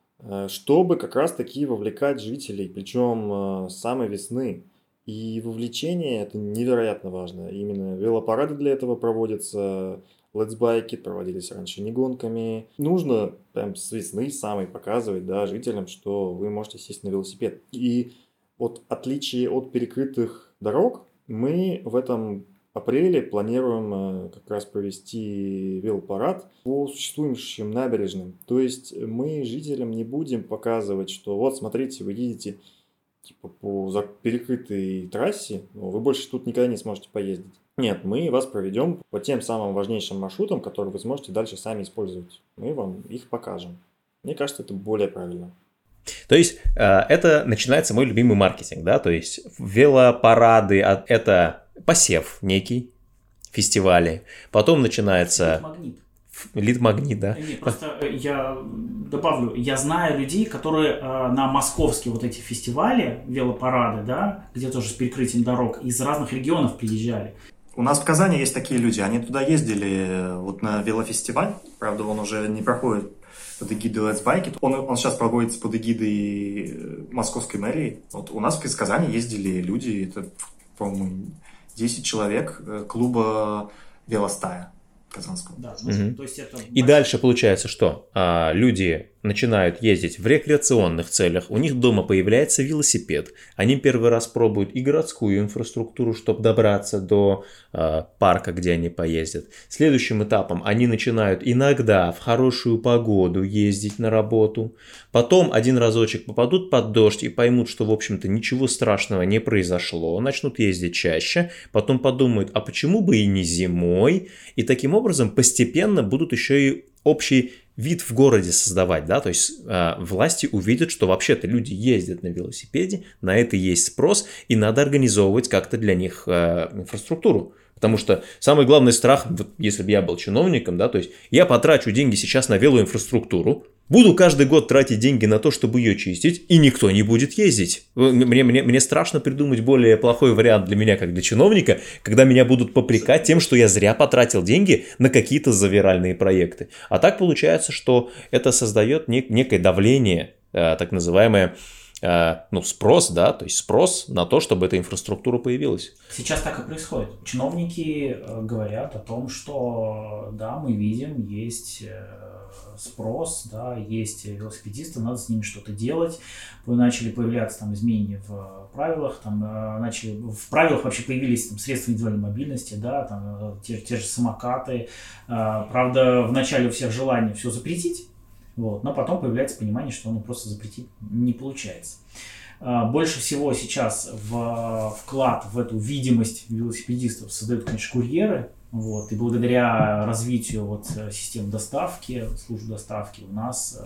чтобы как раз таки вовлекать жителей, причем с самой весны. И вовлечение это невероятно важно. Именно велопарады для этого проводятся, летсбайки проводились раньше не гонками. Нужно прям с весны самой показывать, да, жителям, что вы можете сесть на велосипед. И вот отличие от перекрытых дорог, мы в этом апреле планируем как раз провести велопарад по существующим набережным. То есть мы жителям не будем показывать, что вот смотрите, вы едете типа по перекрытой трассе, но вы больше тут никогда не сможете поездить. Нет, мы вас проведем по тем самым важнейшим маршрутам, которые вы сможете дальше сами использовать. Мы вам их покажем. Мне кажется, это более правильно. То есть это начинается мой любимый маркетинг, да, то есть велопарады, это посев некий, фестивали, потом начинается лид-магнит, да? Нет, просто я добавлю, я знаю людей, которые на московские вот эти фестивали, велопарады, да, где тоже с перекрытием дорог, из разных регионов приезжали. У нас в Казани есть такие люди, они туда ездили вот на велофестиваль, правда, он уже не проходит под эгидой Let's Bike, он сейчас проводится под эгидой Московской мэрии. Вот у нас в Казани ездили люди, это, по-моему, 10 человек клуба «Велостая» казанского. Да, то есть это И дальше получается, что люди начинают ездить в рекреационных целях, у них дома появляется велосипед, они первый раз пробуют и городскую инфраструктуру, чтобы добраться до парка, где они поездят. Следующим этапом они начинают иногда в хорошую погоду ездить на работу, потом один разочек попадут под дождь и поймут, что, в общем-то, ничего страшного не произошло, начнут ездить чаще, потом подумают, а почему бы и не зимой, и таким образом постепенно будут еще и общий вид в городе создавать, да, то есть власти увидят, что вообще-то люди ездят на велосипеде, на это есть спрос, и надо организовывать как-то для них инфраструктуру. Потому что самый главный страх, вот, если бы я был чиновником, да, то есть я потрачу деньги сейчас на велоинфраструктуру, буду каждый год тратить деньги на то, чтобы ее чистить, и никто не будет ездить. Мне страшно придумать более плохой вариант для меня, как для чиновника, когда меня будут попрекать тем, что я зря потратил деньги на какие-то завиральные проекты. А так получается, что это создает некое давление, так называемое, спрос, да, то есть спрос на то, чтобы эта инфраструктура появилась. Сейчас так и происходит. Чиновники говорят о том, что да, мы видим, есть спрос, да, есть велосипедисты, надо с ними что-то делать. Начали появляться там изменения в правилах, в правилах вообще появились там средства индивидуальной мобильности, да, там те же самокаты. Правда, вначале у всех желание все запретить, вот, но потом появляется понимание, что просто запретить не получается. Больше всего сейчас вклад в эту видимость велосипедистов создают, конечно, курьеры. Вот, и благодаря развитию систем доставки, служб доставки у нас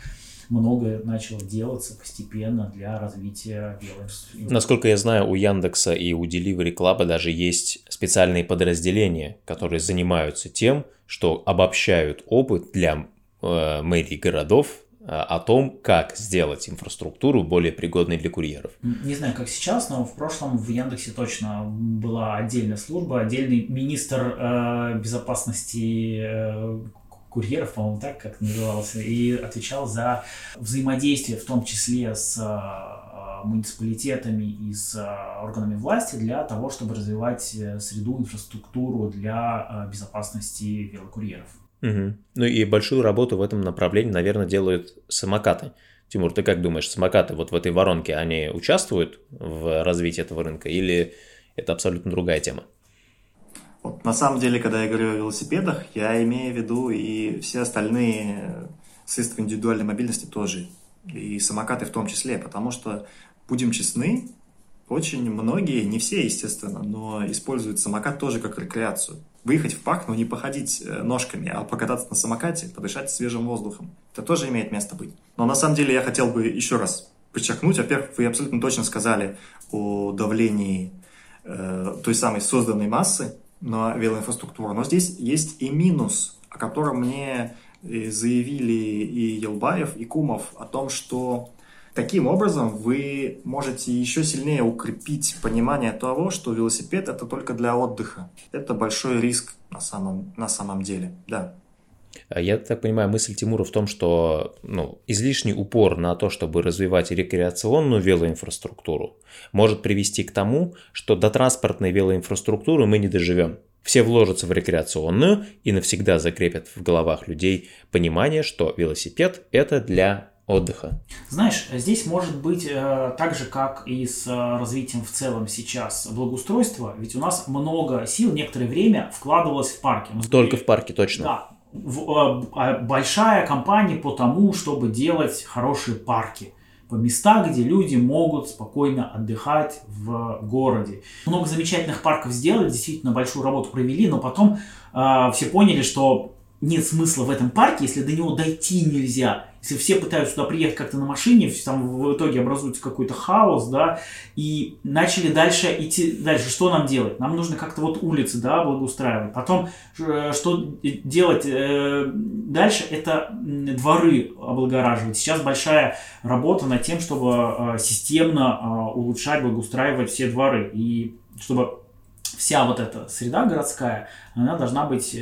многое начало делаться постепенно для развития велоинфраструктуры. Насколько я знаю, у Яндекса и у Delivery Club даже есть специальные подразделения, которые занимаются тем, что обобщают опыт для мэрий городов о том, как сделать инфраструктуру более пригодной для курьеров. Не знаю, как сейчас, но в прошлом в Яндексе точно была отдельная служба, отдельный министр безопасности курьеров, по-моему, так как назывался, и отвечал за взаимодействие, в том числе с муниципалитетами и с органами власти для того, чтобы развивать среду, инфраструктуру для безопасности велокурьеров. Угу. Ну и большую работу в этом направлении, наверное, делают самокаты. Тимур, ты как думаешь, самокаты вот в этой воронке, они участвуют в развитии этого рынка или это абсолютно другая тема? Вот, на самом деле, когда я говорю о велосипедах, я имею в виду и все остальные средства индивидуальной мобильности тоже, и самокаты в том числе, потому что, будем честны, очень многие, не все, естественно, но используют самокат тоже как рекреацию. Выехать в парк, но не походить ножками, а покататься на самокате, подышать свежим воздухом. Это тоже имеет место быть. Но на самом деле я хотел бы еще раз подчеркнуть. Во-первых, вы абсолютно точно сказали о давлении той самой созданной массы на велоинфраструктуру. Но здесь есть и минус, о котором мне заявили и Елбаев, и Кумов, о том, что таким образом вы можете еще сильнее укрепить понимание того, что велосипед – это только для отдыха. Это большой риск на самом деле, да. Я так понимаю, мысль Тимура в том, что излишний упор на то, чтобы развивать рекреационную велоинфраструктуру, может привести к тому, что до транспортной велоинфраструктуры мы не доживем. Все вложатся в рекреационную и навсегда закрепят в головах людей понимание, что велосипед – это для отдыха. Знаешь, здесь может быть так же, как и с развитием в целом сейчас благоустройства, ведь у нас много сил некоторое время вкладывалось в парки. Только в парки, точно. Да. Большая кампания по тому, чтобы делать хорошие парки. По местам, где люди могут спокойно отдыхать в городе. Много замечательных парков сделали, действительно большую работу провели, но потом все поняли, что нет смысла в этом парке, если до него дойти нельзя. Если все пытаются сюда приехать как-то на машине, там в итоге образуется какой-то хаос, да, и начали дальше идти дальше. Что нам делать? Нам нужно как-то вот улицы, да, благоустраивать. Потом, что делать дальше, это дворы облагораживать. Сейчас большая работа над тем, чтобы системно улучшать, благоустраивать все дворы. И чтобы вся вот эта среда городская, она должна быть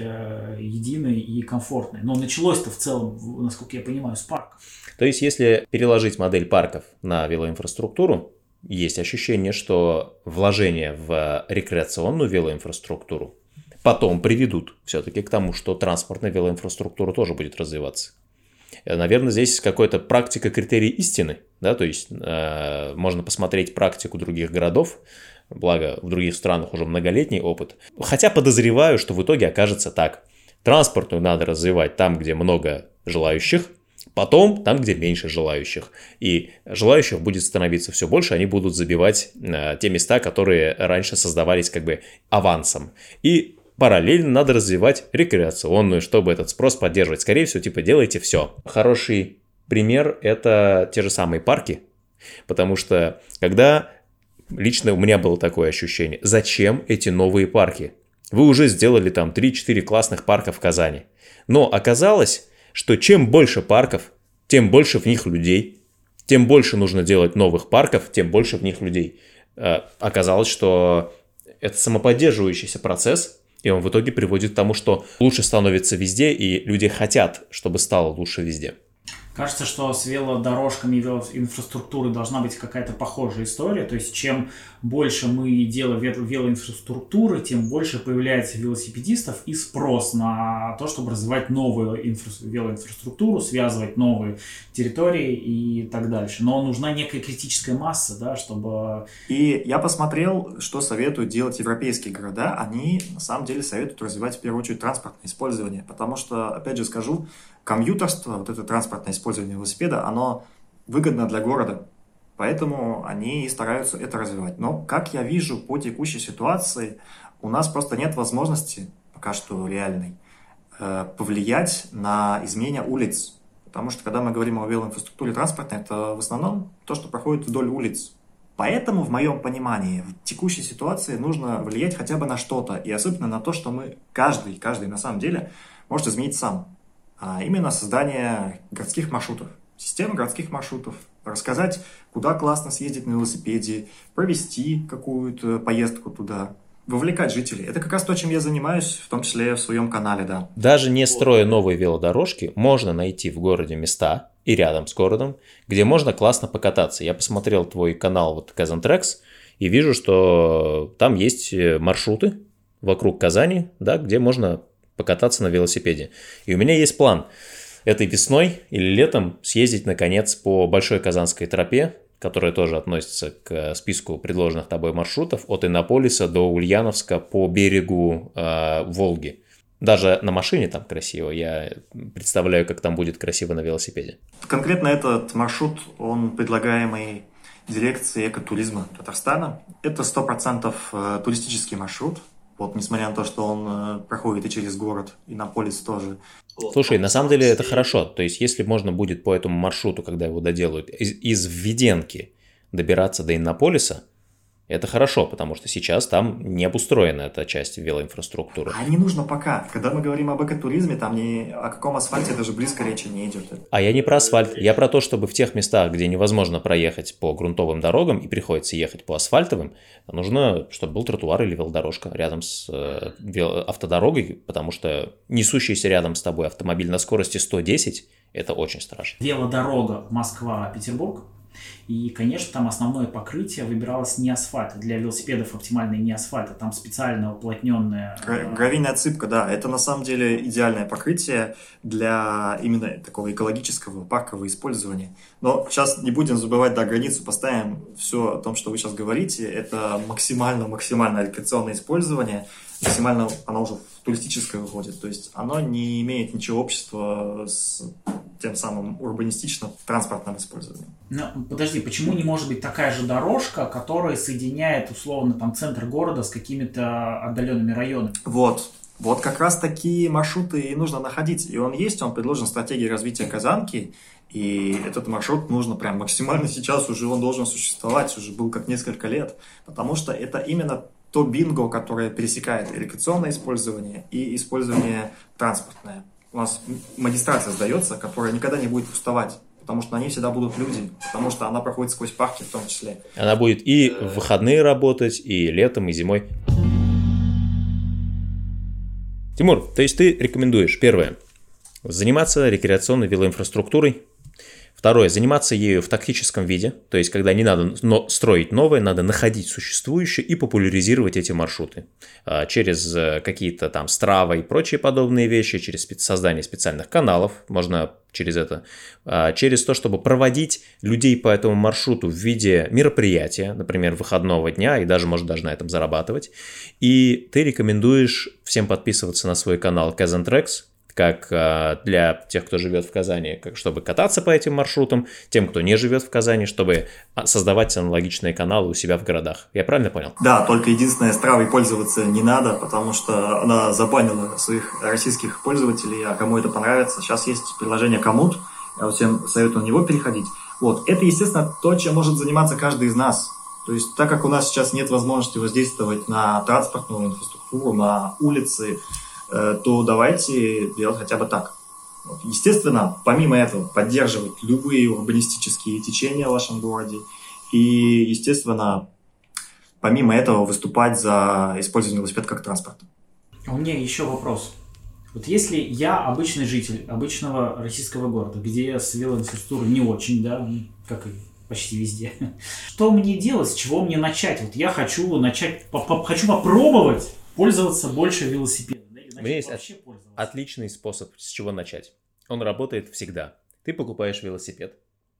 единой и комфортной. Но началось-то в целом, насколько я понимаю, с парков. То есть, если переложить модель парков на велоинфраструктуру, есть ощущение, что вложения в рекреационную велоинфраструктуру потом приведут все-таки к тому, что транспортная велоинфраструктура тоже будет развиваться. Наверное, здесь какая-то практика критерий истины, да, то есть можно посмотреть практику других городов, благо в других странах уже многолетний опыт. Хотя подозреваю, что в итоге окажется так. Транспортную надо развивать там, где много желающих, потом там, где меньше желающих. И желающих будет становиться все больше, они будут забивать те места, которые раньше создавались как бы авансом. И параллельно надо развивать рекреационную, чтобы этот спрос поддерживать. Скорее всего, типа делайте все. Хороший пример – это те же самые парки, потому что когда... Лично у меня было такое ощущение. Зачем эти новые парки? Вы уже сделали там 3-4 классных парка в Казани. Но оказалось, что чем больше парков, тем больше в них людей. Тем больше нужно делать новых парков, тем больше в них людей. Оказалось, что это самоподдерживающийся процесс, и он в итоге приводит к тому, что лучше становится везде, и люди хотят, чтобы стало лучше везде. Кажется, что с велодорожками и велоинфраструктурой должна быть какая-то похожая история. То есть, чем больше мы делаем велоинфраструктуры, тем больше появляется велосипедистов и спрос на то, чтобы развивать новую велоинфраструктуру, связывать новые территории и так дальше. Но нужна некая критическая масса, да, чтобы... И я посмотрел, что советуют делать европейские города. Они, на самом деле, советуют развивать, в первую очередь, транспортное использование. Потому что, опять же скажу, комьютерство, вот это транспортное использование велосипеда, оно выгодно для города. Поэтому они и стараются это развивать. Но, как я вижу по текущей ситуации, у нас просто нет возможности, пока что реальной, повлиять на изменение улиц. Потому что, когда мы говорим о велоинфраструктуре транспортной, это в основном то, что проходит вдоль улиц. Поэтому, в моем понимании, в текущей ситуации нужно влиять хотя бы на что-то. И особенно на то, что мы, каждый на самом деле, может изменить сам. А именно создание городских маршрутов, системы городских маршрутов, рассказать, куда классно съездить на велосипеде, провести какую-то поездку туда, вовлекать жителей. Это как раз то, чем я занимаюсь, в том числе в своем канале, да. Даже не строя новые велодорожки, можно найти в городе места и рядом с городом, где можно классно покататься. Я посмотрел твой канал вот Kazan Tracks и вижу, что там есть маршруты вокруг Казани, да, где можно покататься на велосипеде. И у меня есть план этой весной или летом съездить, наконец, по Большой Казанской тропе, которая тоже относится к списку предложенных тобой маршрутов, от Иннополиса до Ульяновска по берегу Волги. Даже на машине там красиво. Я представляю, как там будет красиво на велосипеде. Конкретно этот маршрут, он предлагаемый дирекцией экотуризма Татарстана. Это 100% туристический маршрут. Вот, несмотря на то, что он проходит и через город, Иннополис тоже. Слушай, на самом деле это хорошо. То есть, если можно будет по этому маршруту, когда его доделают, из Введенки добираться до Иннополиса, это хорошо, потому что сейчас там не обустроена эта часть велоинфраструктуры. А не нужно пока. Когда мы говорим об экотуризме, там ни о каком асфальте даже близко речи не идет. А я не про асфальт. Я про то, чтобы в тех местах, где невозможно проехать по грунтовым дорогам и приходится ехать по асфальтовым, нужно, чтобы был тротуар или велодорожка рядом с автодорогой, потому что несущийся рядом с тобой автомобиль на скорости 110 – это очень страшно. Велодорога Москва-Петербург. И, конечно, там основное покрытие выбиралось не асфальт. Для велосипедов оптимальное не асфальт, а там специально уплотненное... Гравийная отсыпка, да. Это на самом деле идеальное покрытие для именно такого экологического паркового использования. Но сейчас не будем забывать, да, границу поставим. Все о том, что вы сейчас говорите, это максимально рекреационное использование. Максимально оно уже в туристическое выходит. То есть оно не имеет ничего общего с тем самым урбанистично-транспортным использованием. Ну, подожди, почему не может быть такая же дорожка, которая соединяет условно там центр города с какими-то отдаленными районами? Вот. Вот как раз такие маршруты и нужно находить. И он есть, он предложен в стратегии развития Казанки. И этот маршрут нужно прям максимально сейчас уже, он должен существовать, уже был как несколько лет. Потому что это именно то бинго, которое пересекает рекреационное использование и использование транспортное. У нас магистрация сдается, которая никогда не будет пустовать. Потому что на ней всегда будут люди, потому что она проходит сквозь парки в том числе. Она будет и в выходные работать, и летом, и зимой. Тимур, то есть ты рекомендуешь, первое, заниматься рекреационной велоинфраструктурой. Второе, заниматься ею в тактическом виде, то есть когда не надо строить новое, надо находить существующее и популяризировать эти маршруты через какие-то там Strava и прочие подобные вещи, через создание специальных каналов, можно через это, через то, чтобы проводить людей по этому маршруту в виде мероприятия, например, выходного дня, и даже, может, даже на этом зарабатывать. И ты рекомендуешь всем подписываться на свой канал Kazan Tracks, как для тех, кто живет в Казани, чтобы кататься по этим маршрутам, тем, кто не живет в Казани, чтобы создавать аналогичные каналы у себя в городах. Я правильно понял? Да, только единственное, Стравой пользоваться не надо, потому что она забанила своих российских пользователей, а кому это понравится. Сейчас есть приложение Komoot, я всем советую на него переходить. Вот. Это, естественно, то, чем может заниматься каждый из нас. То есть, так как у нас сейчас нет возможности воздействовать на транспортную инфраструктуру, на улицы, то давайте делать хотя бы так. Вот. Естественно, помимо этого, поддерживать любые урбанистические течения в вашем городе и, естественно, помимо этого выступать за использование велосипеда как транспорта. У меня еще вопрос. Вот если я обычный житель обычного российского города, где с велоинфраструктурой не очень, да, как и почти везде, что мне делать, с чего мне начать? Вот я хочу начать, хочу попробовать пользоваться больше велосипедом. У меня есть отличный способ, с чего начать. Он работает всегда. Ты покупаешь велосипед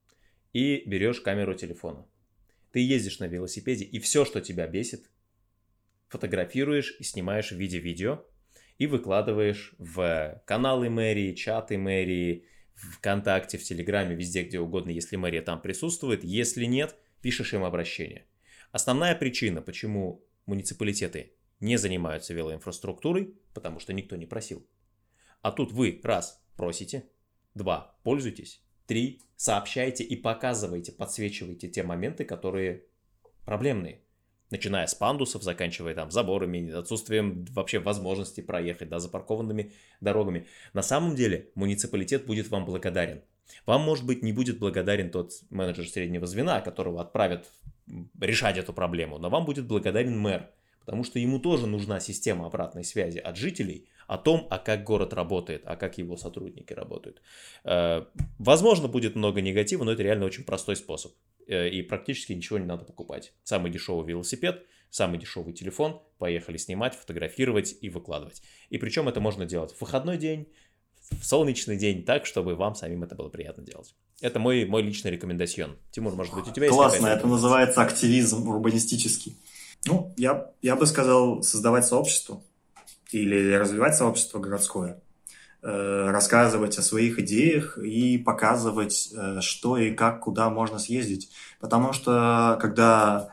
и берешь камеру телефона. Ты ездишь на велосипеде, и все, что тебя бесит, фотографируешь и снимаешь в виде видео и выкладываешь в каналы мэрии, чаты мэрии, ВКонтакте, в Телеграме, везде, где угодно, если мэрия там присутствует. Если нет, пишешь им обращение. Основная причина, почему муниципалитеты не занимаются велоинфраструктурой, потому что никто не просил. А тут вы, раз, просите, два, пользуйтесь, три, сообщайте и показывайте, подсвечивайте те моменты, которые проблемные. Начиная с пандусов, заканчивая там заборами, отсутствием вообще возможности проехать, да, запаркованными дорогами. На самом деле муниципалитет будет вам благодарен. Вам, может быть, не будет благодарен тот менеджер среднего звена, которого отправят решать эту проблему, но вам будет благодарен мэр. Потому что ему тоже нужна система обратной связи от жителей о том, как город работает, а как его сотрудники работают. Возможно, будет много негатива, но это реально очень простой способ. И практически ничего не надо покупать. Самый дешевый велосипед, самый дешевый телефон, поехали снимать, фотографировать и выкладывать. И причем это можно делать в выходной день, в солнечный день, так, чтобы вам самим это было приятно делать. Это мой личный рекомендацион. Тимур, может быть, у тебя есть какая-то... Классно, это называется активизм урбанистический. Ну, я бы сказал, создавать сообщество или развивать сообщество городское, рассказывать о своих идеях и показывать, что и как, куда можно съездить. Потому что, когда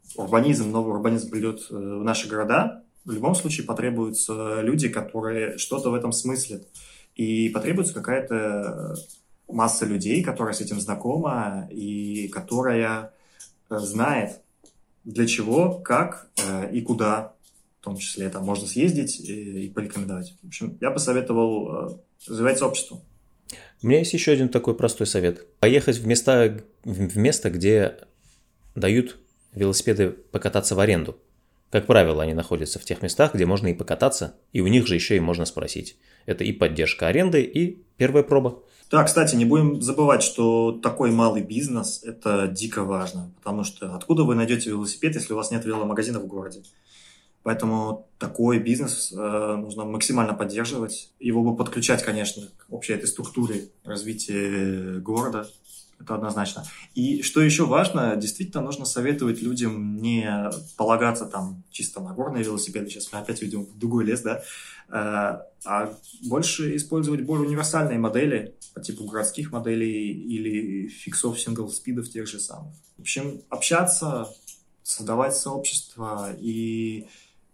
новый урбанизм придет в наши города, в любом случае потребуются люди, которые что-то в этом смыслят. И потребуется какая-то масса людей, которая с этим знакома и которая знает, для чего, как и куда, в том числе, там можно съездить и порекомендовать. В общем, я бы советовал развивать сообщество. У меня есть еще один такой простой совет. Поехать в место, где дают велосипеды покататься в аренду. Как правило, они находятся в тех местах, где можно и покататься, и у них же еще и можно спросить. Это и поддержка аренды, и первая проба. Да, кстати, не будем забывать, что такой малый бизнес – это дико важно, потому что откуда вы найдете велосипед, если у вас нет веломагазина в городе? Поэтому такой бизнес нужно максимально поддерживать. Его бы подключать, конечно, к общей этой структуре развития города. Это однозначно. И что еще важно, действительно нужно советовать людям не полагаться там чисто на горные велосипеды, сейчас мы опять ведем в другой лес, да, а больше использовать более универсальные модели по типу городских моделей или фиксов, сингл-спидов тех же самых. В общем, общаться, создавать сообщество и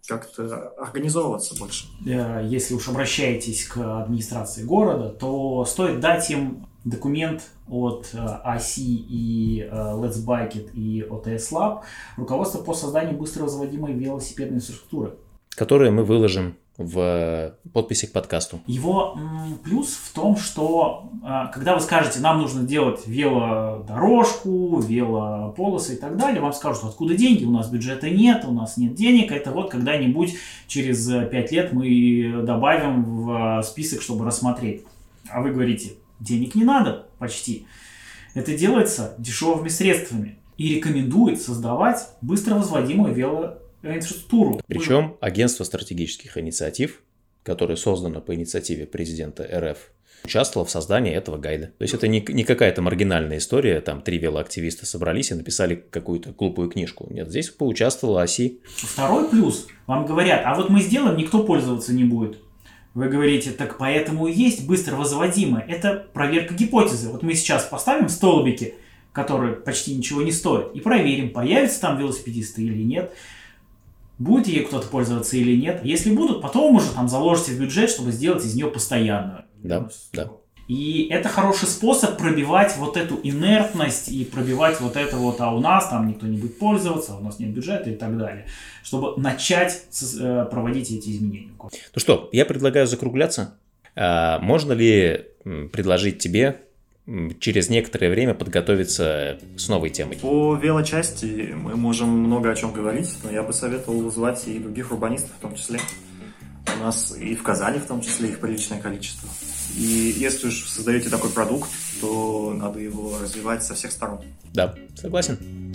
как-то организовываться больше. Если уж обращаетесь к администрации города, то стоит дать им документ от АСИ и Let's Bike It и OTS Lab, руководство по созданию быстро разводимой велосипедной инфраструктуры, которые мы выложим в подписи к подкасту. Его плюс в том, что когда вы скажете, нам нужно делать велодорожку, велополосы и так далее, вам скажут, откуда деньги, у нас бюджета нет, у нас нет денег, это вот когда-нибудь через 5 лет мы добавим в список, чтобы рассмотреть. А вы говорите, денег не надо почти. Это делается дешевыми средствами и рекомендует создавать быстро возводимую велоинфраструктуру. Причем агентство стратегических инициатив, которое создано по инициативе президента РФ, участвовало в создании этого гайда. То есть это не какая-то маргинальная история, там 3 велоактивиста собрались и написали какую-то глупую книжку. Нет, здесь поучаствовала ОСИ. Второй плюс, вам говорят, а вот мы сделаем, никто пользоваться не будет. Вы говорите, так поэтому и есть быстро возводимое. Это проверка гипотезы. Вот мы сейчас поставим столбики, которые почти ничего не стоят, и проверим, появятся там велосипедисты или нет, будет ей кто-то пользоваться или нет. Если будут, потом уже там заложите в бюджет, чтобы сделать из нее постоянную. Да. И это хороший способ пробивать вот эту инертность и пробивать вот это вот, а у нас там никто не будет пользоваться, а у нас нет бюджета и так далее, чтобы начать проводить эти изменения. Ну что, я предлагаю закругляться. Можно ли предложить тебе через некоторое время подготовиться с новой темой? По велочасти мы можем много о чем говорить, но я бы советовал звать и других урбанистов в том числе. У нас и в Казани в том числе их приличное количество. И если уж создаете такой продукт, то надо его развивать со всех сторон. Да, согласен.